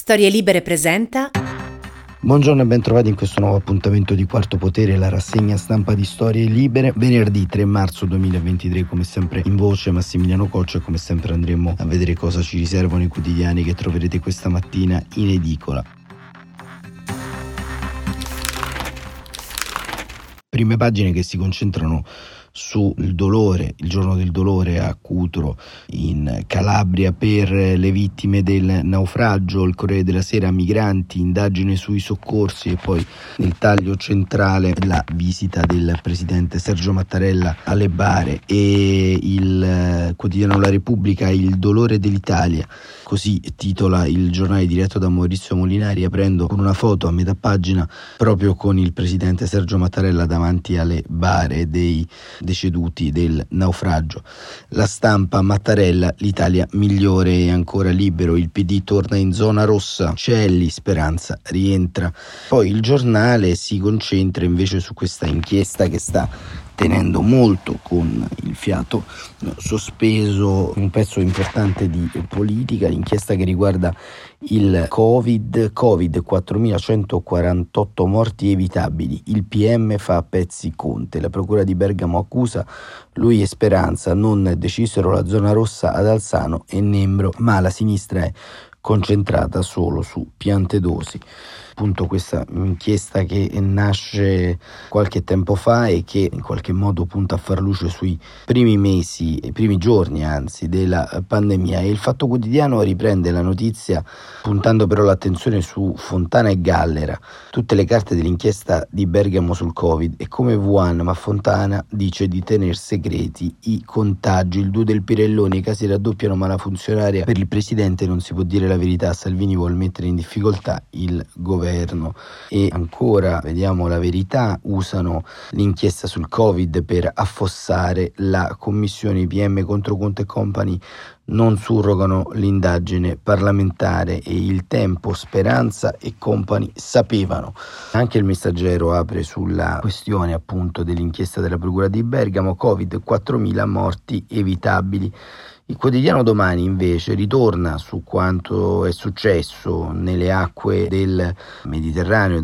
Storie Libere presenta. Buongiorno e ben trovati in questo nuovo appuntamento di Quarto Potere, la rassegna stampa di Storie Libere. Venerdì 3 marzo 2023, come sempre in voce Massimiliano Coccia, e come sempre andremo a vedere cosa ci riservano i quotidiani che troverete questa mattina in edicola. Prime pagine che si concentrano sul dolore, il giorno del dolore a Cutro in Calabria per le vittime del naufragio. Il Corriere della Sera, migranti, indagine sui soccorsi, e poi nel taglio centrale la visita del presidente Sergio Mattarella alle bare. E il quotidiano La Repubblica, il dolore dell'Italia, così titola il giornale diretto da Maurizio Molinari, aprendo con una foto a metà pagina proprio con il presidente Sergio Mattarella davanti alle bare dei deceduti del naufragio. La Stampa, Mattarella, l'Italia migliore e ancora libero, il PD torna in zona rossa, Celli, Speranza rientra. Poi il giornale si concentra invece su questa inchiesta che sta tenendo molto con il fiato sospeso un pezzo importante di politica, l'inchiesta che riguarda il Covid, 4.148 morti evitabili, il PM fa a pezzi Conte, la procura di Bergamo accusa lui e Speranza, non decisero la zona rossa ad Alzano e Nembro, ma la sinistra è concentrata solo su Piantedosi. Appunto questa inchiesta che nasce qualche tempo fa e che in qualche modo punta a far luce sui primi mesi, i primi giorni anzi, della pandemia. E il Fatto Quotidiano riprende la notizia puntando però l'attenzione su Fontana e Gallera, tutte le carte dell'inchiesta di Bergamo sul Covid e come Wuhan, ma Fontana dice di tener segreti i contagi. Il duo del Pirelloni, i casi raddoppiano ma la funzionaria per il presidente non si può dire la verità, Salvini vuol mettere in difficoltà il governo. E ancora, vediamo La Verità, usano l'inchiesta sul Covid per affossare la commissione PM contro Conte e Company, non surrogano l'indagine parlamentare. E Il Tempo, Speranza e Company sapevano. Anche il Messaggero apre sulla questione appunto dell'inchiesta della procura di Bergamo, Covid, 4.000 morti evitabili. Il quotidiano Domani invece ritorna su quanto è successo nelle acque del Mediterraneo,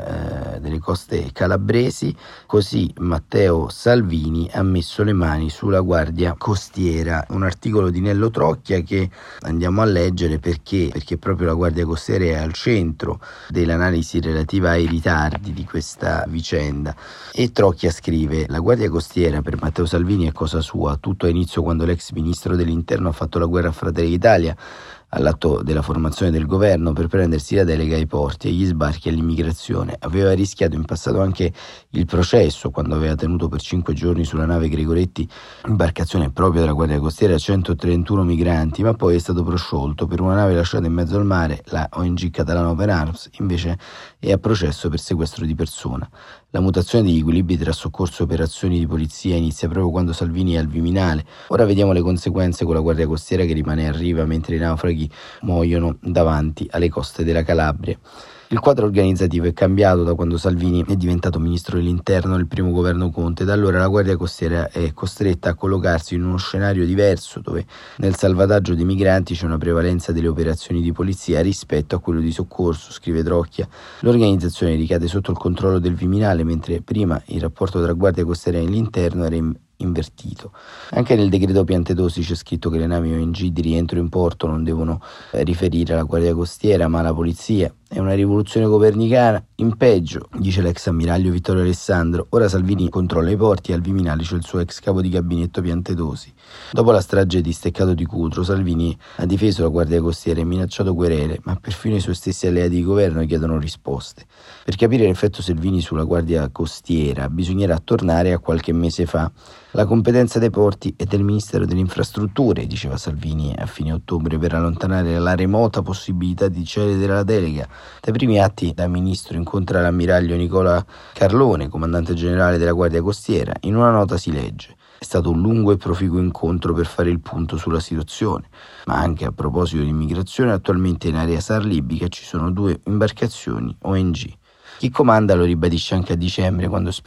delle coste calabresi. Così Matteo Salvini ha messo le mani sulla Guardia Costiera. Un articolo di Nello Trocchia che andiamo a leggere perché proprio la Guardia Costiera è al centro dell'analisi relativa ai ritardi di questa vicenda. E Trocchia scrive: la Guardia Costiera per Matteo Salvini è cosa sua. Tutto ha inizio quando l'ex ministro dell'Interno ha fatto la guerra a Fratelli d'Italia all'atto della formazione del governo per prendersi la delega ai porti, agli sbarchi e all'immigrazione. Aveva rischiato in passato anche il processo quando aveva tenuto per 5 giorni sulla nave Gregoretti, imbarcazione propria della Guardia Costiera, 131 migranti, ma poi è stato prosciolto per una nave lasciata in mezzo al mare. La ONG catalana Open Arms invece è a processo per sequestro di persona. La mutazione degli equilibri tra soccorso e operazioni di polizia inizia proprio quando Salvini è al Viminale. Ora vediamo le conseguenze con la Guardia Costiera che rimane a riva mentre i naufraghi muoiono davanti alle coste della Calabria. Il quadro organizzativo è cambiato da quando Salvini è diventato ministro dell'Interno nel primo governo Conte. Da allora la Guardia Costiera è costretta a collocarsi in uno scenario diverso, dove nel salvataggio dei migranti c'è una prevalenza delle operazioni di polizia rispetto a quello di soccorso, scrive Trocchia. L'organizzazione ricade sotto il controllo del Viminale, mentre prima il rapporto tra Guardia Costiera e l'Interno era invertito. Anche nel decreto Piantedosi c'è scritto che le navi ONG di rientro in porto non devono riferire alla Guardia Costiera ma alla polizia. È una rivoluzione copernicana in peggio, dice l'ex ammiraglio Vittorio Alessandro. Ora Salvini controlla i porti e al Viminale c'è il suo ex capo di gabinetto Piantedosi. Dopo la strage di Steccato di Cutro, Salvini ha difeso la Guardia Costiera e minacciato querele, ma perfino i suoi stessi alleati di governo chiedono risposte. Per capire l'effetto Salvini sulla Guardia Costiera bisognerà tornare a qualche mese fa. La competenza dei porti è del Ministero delle Infrastrutture, diceva Salvini a fine ottobre, per allontanare la remota possibilità di cedere la delega. Dai primi atti da ministro incontra l'ammiraglio Nicola Carlone, comandante generale della Guardia Costiera. In una nota si legge: è stato un lungo e proficuo incontro per fare il punto sulla situazione, ma anche a proposito di immigrazione, attualmente in area SAR libica ci sono 2 imbarcazioni ONG. Chi comanda lo ribadisce anche a dicembre quando spiega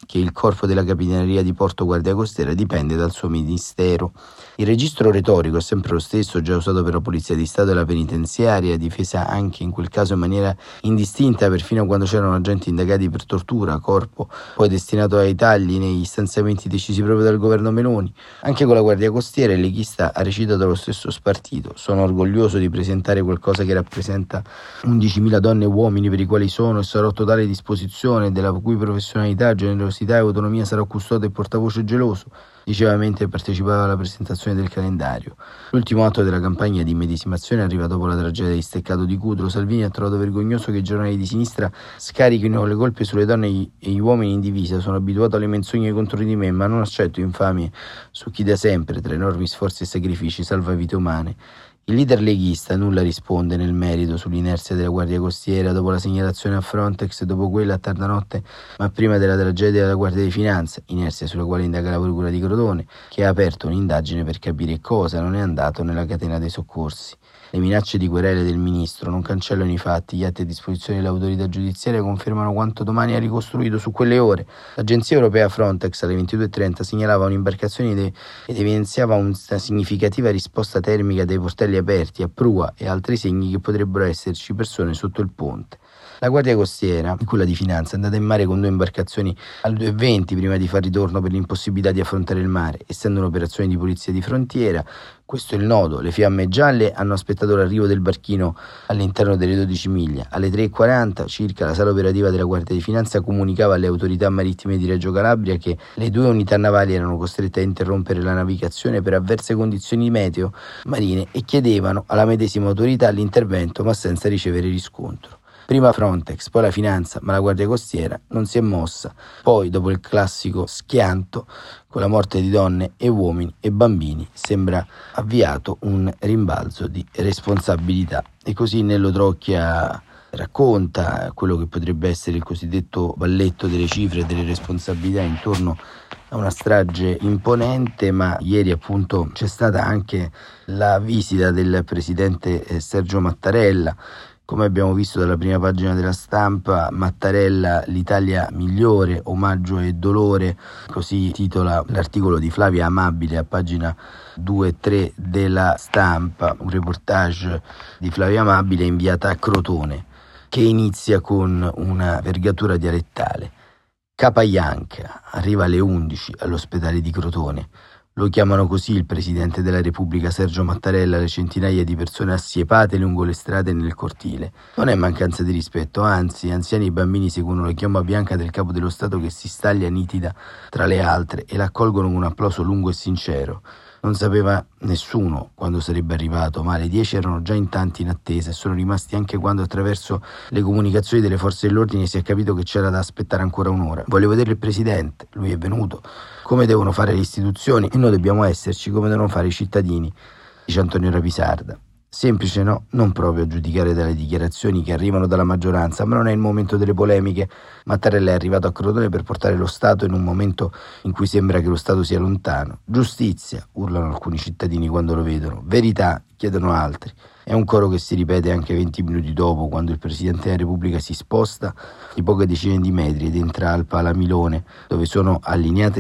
che il corpo della Capitaneria di Porto Guardia Costiera dipende dal suo ministero. Il registro retorico è sempre lo stesso, già usato per la Polizia di Stato e la penitenziaria, difesa anche in quel caso in maniera indistinta perfino quando c'erano agenti indagati per tortura, corpo poi destinato ai tagli negli stanziamenti decisi proprio dal governo Meloni. Anche con la Guardia Costiera il leghista ha recitato lo stesso spartito. Sono orgoglioso di presentare qualcosa che rappresenta 11.000 donne e uomini per i quali sono e sarò a totale disposizione, della cui professionalità, generosità e autonomia sarò custode e portavoce geloso, diceva mentre partecipava alla presentazione del calendario. L'ultimo atto della campagna di immedesimazione arriva dopo la tragedia di Steccato di Cutro. Salvini ha trovato vergognoso che i giornali di sinistra scarichino le colpe sulle donne e gli uomini in divisa. Sono abituato alle menzogne contro di me, ma non accetto infamie su chi da sempre, tra enormi sforzi e sacrifici, salva vite umane. Il leader leghista nulla risponde nel merito sull'inerzia della Guardia Costiera dopo la segnalazione a Frontex e dopo quella a tarda notte, ma prima della tragedia della Guardia di Finanza, inerzia sulla quale indaga la Procura di Crotone, che ha aperto un'indagine per capire cosa non è andato nella catena dei soccorsi. Le minacce di querele del ministro non cancellano i fatti, gli atti a disposizione dell'autorità giudiziaria confermano quanto domani ha ricostruito su quelle ore. L'agenzia europea Frontex alle 22:30 segnalava un'imbarcazione ed evidenziava una significativa risposta termica dei portelli aperti a prua e altri segni che potrebbero esserci persone sotto il ponte. La Guardia Costiera, quella di Finanza, è andata in mare con 2 imbarcazioni alle 2:20 prima di far ritorno per l'impossibilità di affrontare il mare, essendo un'operazione di polizia di frontiera. Questo è il nodo. Le fiamme gialle hanno aspettato l'arrivo del barchino all'interno delle 12 miglia. Alle 3:40 circa la sala operativa della Guardia di Finanza comunicava alle autorità marittime di Reggio Calabria che le 2 unità navali erano costrette a interrompere la navigazione per avverse condizioni meteo marine e chiedevano alla medesima autorità l'intervento, ma senza ricevere riscontro. Prima Frontex, poi la Finanza, ma la Guardia Costiera non si è mossa. Poi, dopo il classico schianto, con la morte di donne e uomini e bambini, sembra avviato un rimbalzo di responsabilità. E così Nello Trocchia racconta quello che potrebbe essere il cosiddetto balletto delle cifre e delle responsabilità intorno a una strage imponente, ma ieri appunto c'è stata anche la visita del presidente Sergio Mattarella. Come abbiamo visto dalla prima pagina della Stampa, Mattarella, l'Italia migliore, omaggio e dolore, così titola l'articolo di Flavia Amabile a pagina 2 e 3 della Stampa, un reportage di Flavia Amabile inviata a Crotone, che inizia con una vergatura dialettale. Capaianca arriva alle 11 all'ospedale di Crotone. Lo chiamano così il Presidente della Repubblica Sergio Mattarella, le centinaia di persone assiepate lungo le strade e nel cortile. Non è mancanza di rispetto, anzi, anziani e bambini seguono la chioma bianca del capo dello Stato che si staglia nitida tra le altre e l'accolgono con un applauso lungo e sincero. Non sapeva nessuno quando sarebbe arrivato, ma alle 10 erano già in tanti in attesa e sono rimasti anche quando attraverso le comunicazioni delle forze dell'ordine si è capito che c'era da aspettare ancora un'ora. Voglio vedere il Presidente, lui è venuto. Come devono fare le istituzioni e noi dobbiamo esserci, come devono fare i cittadini, dice Antonio Rapisarda. Semplice no? Non proprio a giudicare dalle dichiarazioni che arrivano dalla maggioranza, ma non è il momento delle polemiche. Mattarella è arrivato a Crotone per portare lo Stato in un momento in cui sembra che lo Stato sia lontano. Giustizia, urlano alcuni cittadini quando lo vedono. Verità, chiedono altri. È un coro che si ripete anche 20 minuti dopo, quando il Presidente della Repubblica si sposta di poche decine di metri ed entra al Palamilone, dove sono allineate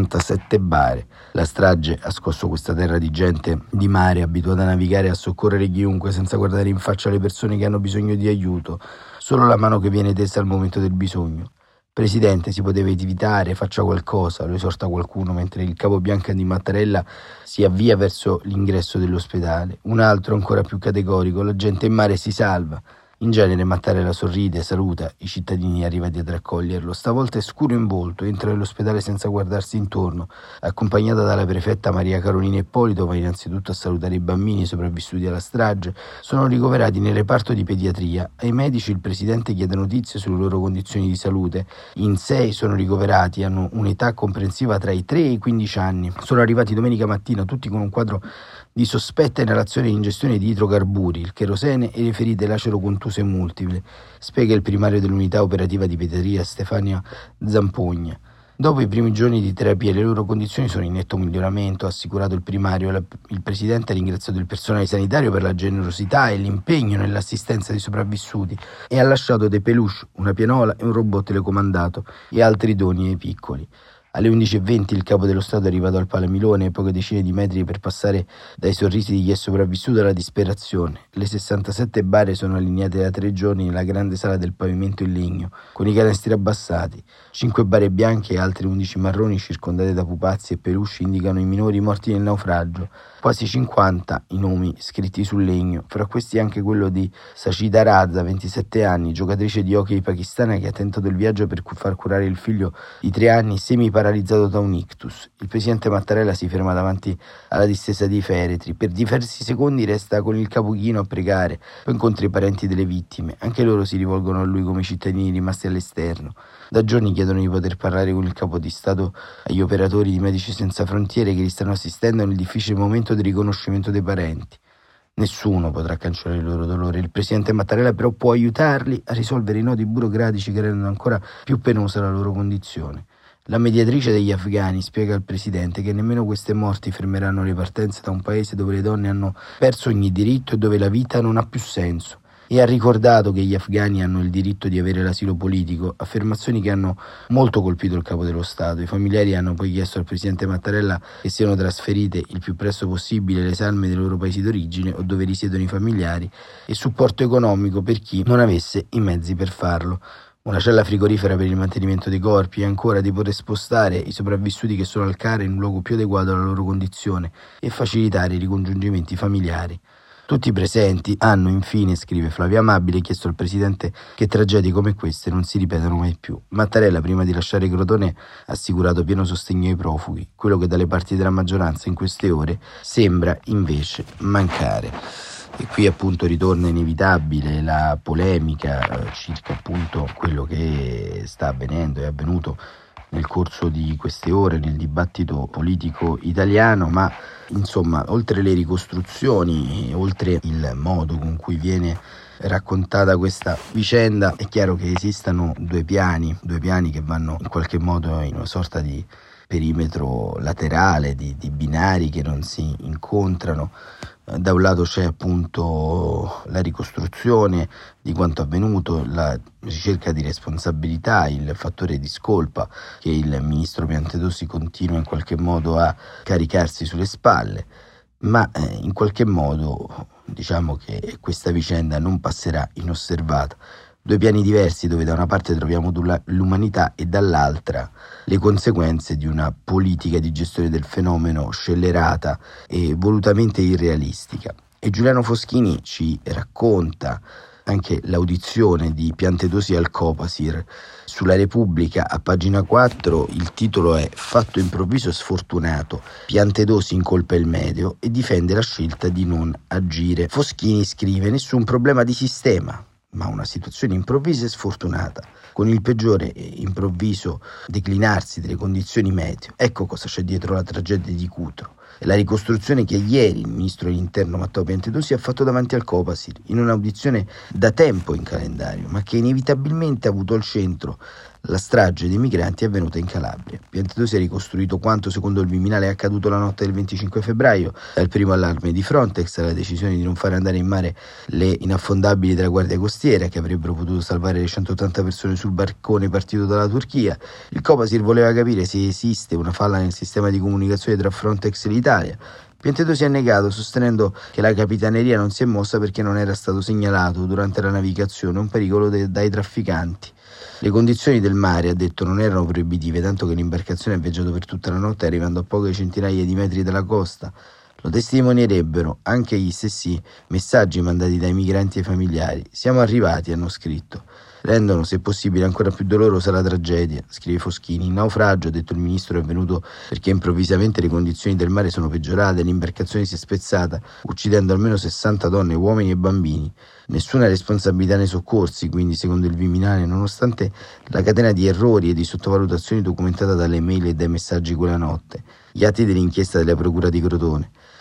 67 bare. La strage ha scosso questa terra di gente di mare, abituata a navigare e a soccorrere chiunque, senza guardare in faccia le persone che hanno bisogno di aiuto. Solo la mano che viene tesa al momento del bisogno. Presidente, si poteva evitare, faccia qualcosa, lo esorta qualcuno mentre il capo bianco di Mattarella si avvia verso l'ingresso dell'ospedale. Un altro ancora più categorico, la gente in mare si salva. In genere Mattarella sorride, saluta i cittadini arrivati ad raccoglierlo. Stavolta è scuro in volto, entra nell'ospedale senza guardarsi intorno, accompagnata dalla prefetta Maria Carolina Ippolito, va innanzitutto a salutare i bambini sopravvissuti alla strage. Sono ricoverati nel reparto di pediatria. Ai medici il presidente chiede notizie sulle loro condizioni di salute. In 6 sono ricoverati, hanno un'età comprensiva tra i 3 e i 15 anni. Sono arrivati domenica mattina, tutti con un quadro di sospetta inalazione e ingestione di idrocarburi, il cherosene e le ferite lacero-contuse multiple, spiega il primario dell'unità operativa di pediatria Stefania Zampogna. Dopo i primi giorni di terapia le loro condizioni sono in netto miglioramento, ha assicurato il primario. Il presidente ha ringraziato il personale sanitario per la generosità e l'impegno nell'assistenza dei sopravvissuti e ha lasciato dei peluche, una pianola e un robot telecomandato e altri doni ai piccoli. Alle 11:20 il capo dello Stato è arrivato al Palamilone, poche decine di metri per passare dai sorrisi di chi è sopravvissuto alla disperazione. Le 67 bare sono allineate da 3 giorni nella grande sala del pavimento in legno, con i canestri abbassati. 5 bare bianche e altre 11 marroni, circondate da pupazzi e peluche, indicano i minori morti nel naufragio. Quasi 50 i nomi scritti sul legno, fra questi anche quello di Sachida Raza, 27 anni, giocatrice di hockey pakistana che ha tentato il viaggio per far curare il figlio di 3 anni semi-paralizzato da un ictus. Il presidente Mattarella si ferma davanti alla distesa dei feretri. Per diversi secondi resta con il capo chino a pregare, poi incontra i parenti delle vittime. Anche loro si rivolgono a lui come cittadini rimasti all'esterno. Da giorni chiedono di poter parlare con il capo di Stato agli operatori di Medici Senza Frontiere che li stanno assistendo nel difficile momento di riconoscimento dei parenti. Nessuno potrà cancellare il loro dolore. Il presidente Mattarella però può aiutarli a risolvere i nodi burocratici che rendono ancora più penosa la loro condizione. La mediatrice degli afghani spiega al presidente che nemmeno queste morti fermeranno le partenze da un paese dove le donne hanno perso ogni diritto e dove la vita non ha più senso. E ha ricordato che gli afghani hanno il diritto di avere l'asilo politico, affermazioni che hanno molto colpito il capo dello Stato. I familiari hanno poi chiesto al presidente Mattarella che siano trasferite il più presto possibile le salme dei loro paesi d'origine o dove risiedono i familiari e supporto economico per chi non avesse i mezzi per farlo. Una cella frigorifera per il mantenimento dei corpi e ancora di poter spostare i sopravvissuti che sono al CARA in un luogo più adeguato alla loro condizione e facilitare i ricongiungimenti familiari. Tutti i presenti hanno infine, scrive Flavia Amabile, chiesto al presidente che tragedie come queste non si ripetano mai più. Mattarella, prima di lasciare Crotone, ha assicurato pieno sostegno ai profughi, quello che dalle parti della maggioranza in queste ore sembra invece mancare. E qui appunto ritorna inevitabile la polemica circa appunto quello che sta avvenendo, è avvenuto nel corso di queste ore nel dibattito politico italiano, ma insomma oltre le ricostruzioni, oltre il modo con cui viene raccontata questa vicenda, è chiaro che esistano due piani che vanno in qualche modo in una sorta di perimetro laterale, di binari che non si incontrano. Da un lato c'è appunto la ricostruzione di quanto avvenuto, la ricerca di responsabilità, il fattore di scolpa che il ministro Piantedosi continua in qualche modo a caricarsi sulle spalle, ma in qualche modo diciamo che questa vicenda non passerà inosservata. Due piani diversi dove da una parte troviamo l'umanità e dall'altra le conseguenze di una politica di gestione del fenomeno scellerata e volutamente irrealistica. E Giuliano Foschini ci racconta anche l'audizione di Piantedosi al Copasir. Sulla Repubblica, a pagina 4, il titolo è "Fatto improvviso sfortunato, Piantedosi incolpa il medio e difende la scelta di non agire". Foschini scrive: "Nessun problema di sistema, ma una situazione improvvisa e sfortunata, con il peggiore improvviso declinarsi delle condizioni meteo. Ecco cosa c'è dietro la tragedia di Cutro. E la ricostruzione che ieri il ministro dell'Interno Matteo Piantedosi ha fatto davanti al Copasir, in un'audizione da tempo in calendario, ma che inevitabilmente ha avuto al centro la strage dei migranti avvenuta in Calabria. Piantedosi ha ricostruito quanto secondo il Viminale è accaduto la notte del 25 febbraio, dal primo allarme di Frontex alla decisione di non fare andare in mare le inaffondabili della Guardia Costiera che avrebbero potuto salvare le 180 persone sul barcone partito dalla Turchia. Il Copasir voleva capire se esiste una falla nel sistema di comunicazione tra Frontex e l'Italia. Piantedosi ha negato, sostenendo che la capitaneria non si è mossa perché non era stato segnalato durante la navigazione un pericolo dai trafficanti. Le condizioni del mare, ha detto, non erano proibitive, tanto che l'imbarcazione ha viaggiato per tutta la notte arrivando a poche centinaia di metri dalla costa. Lo testimonierebbero anche gli stessi messaggi mandati dai migranti ai familiari. "Siamo arrivati", hanno scritto. Rendono, se possibile, ancora più dolorosa la tragedia, scrive Foschini. "Il naufragio", ha detto il ministro, è avvenuto perché improvvisamente le condizioni del mare sono peggiorate e l'imbarcazione si è spezzata, uccidendo almeno 60 donne, uomini e bambini. Nessuna responsabilità nei soccorsi, quindi, secondo il Viminale, nonostante la catena di errori e di sottovalutazioni documentata dalle mail e dai messaggi quella notte. Gli atti dell'inchiesta della Procura di Crotone.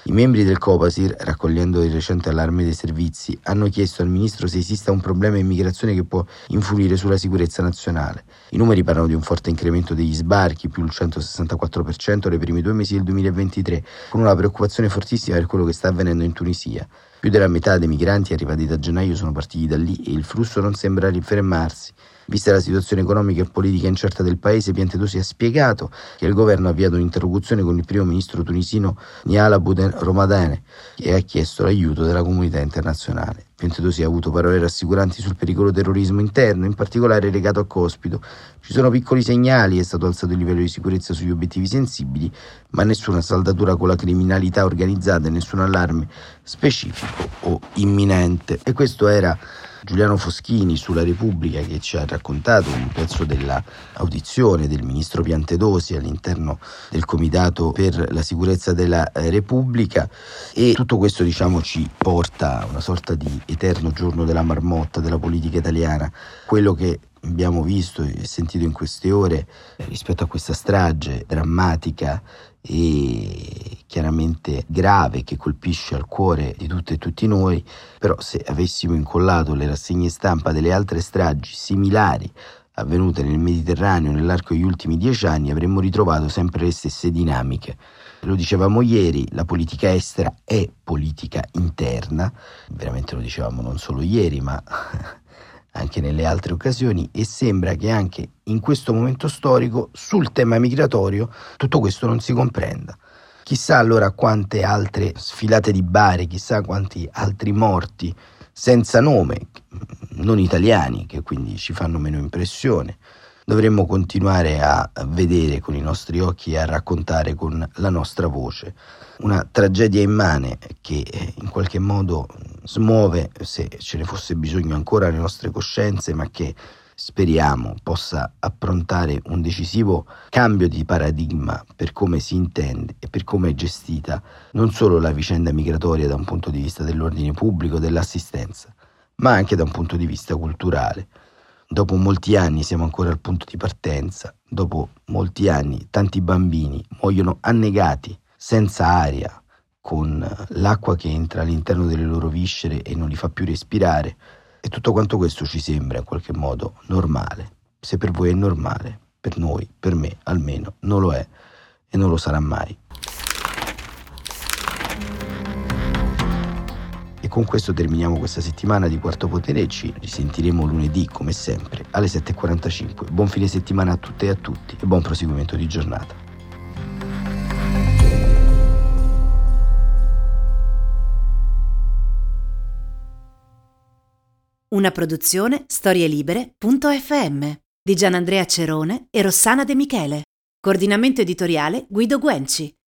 I membri del Copasir, raccogliendo il recente allarme dei servizi, hanno chiesto al ministro se esista un problema immigrazione che può influire sulla sicurezza nazionale. I numeri parlano di un forte incremento degli sbarchi, più il 164% nei primi 2 mesi del 2023, con una preoccupazione fortissima per quello che sta avvenendo in Tunisia. Più della metà dei migranti arrivati da gennaio sono partiti da lì e il flusso non sembra rifermarsi. Vista la situazione economica e politica incerta del paese, Piantedosi ha spiegato che il governo ha avviato un'interlocuzione con il primo ministro tunisino Nihala Bouden Romadane e ha chiesto l'aiuto della comunità internazionale. Piantedosi ha avuto parole rassicuranti sul pericolo terrorismo interno, in particolare legato a Cospito. Ci sono piccoli segnali, è stato alzato il livello di sicurezza sugli obiettivi sensibili, ma nessuna saldatura con la criminalità organizzata e nessun allarme specifico o imminente. E questo era Giuliano Foschini sulla Repubblica, che ci ha raccontato un pezzo della audizione del ministro Piantedosi all'interno del Comitato per la sicurezza della Repubblica, e tutto questo ci porta a una sorta di eterno giorno della marmotta della politica italiana. Quello che abbiamo visto e sentito in queste ore rispetto a questa strage drammatica e chiaramente grave che colpisce al cuore di tutte e tutti noi, però se avessimo incollato le rassegne stampa delle altre stragi similari avvenute nel Mediterraneo nell'arco degli ultimi 10 anni, avremmo ritrovato sempre le stesse dinamiche. Lo dicevamo ieri, la politica estera è politica interna, veramente lo dicevamo non solo ieri ma anche nelle altre occasioni, e sembra che anche in questo momento storico sul tema migratorio tutto questo non si comprenda. Chissà allora quante altre sfilate di bare, chissà quanti altri morti senza nome, non italiani, che quindi ci fanno meno impressione, dovremmo continuare a vedere con i nostri occhi e a raccontare con la nostra voce. Una tragedia immane che in qualche modo smuove, se ce ne fosse bisogno ancora, le nostre coscienze, ma che speriamo possa approntare un decisivo cambio di paradigma per come si intende e per come è gestita non solo la vicenda migratoria da un punto di vista dell'ordine pubblico, dell'assistenza, ma anche da un punto di vista culturale. Dopo molti anni siamo ancora al punto di partenza, dopo molti anni tanti bambini muoiono annegati, senza aria, con l'acqua che entra all'interno delle loro viscere e non li fa più respirare, e tutto quanto questo ci sembra in qualche modo normale. Se per voi è normale, per noi, per me almeno, non lo è e non lo sarà mai. E con questo terminiamo questa settimana di Quarto Potere e ci risentiremo lunedì, come sempre, alle 7:45. Buon fine settimana a tutte e a tutti e buon proseguimento di giornata. Una produzione storielibere.fm di Gianandrea Cerone e Rossana De Michele. Coordinamento editoriale Guido Guenci.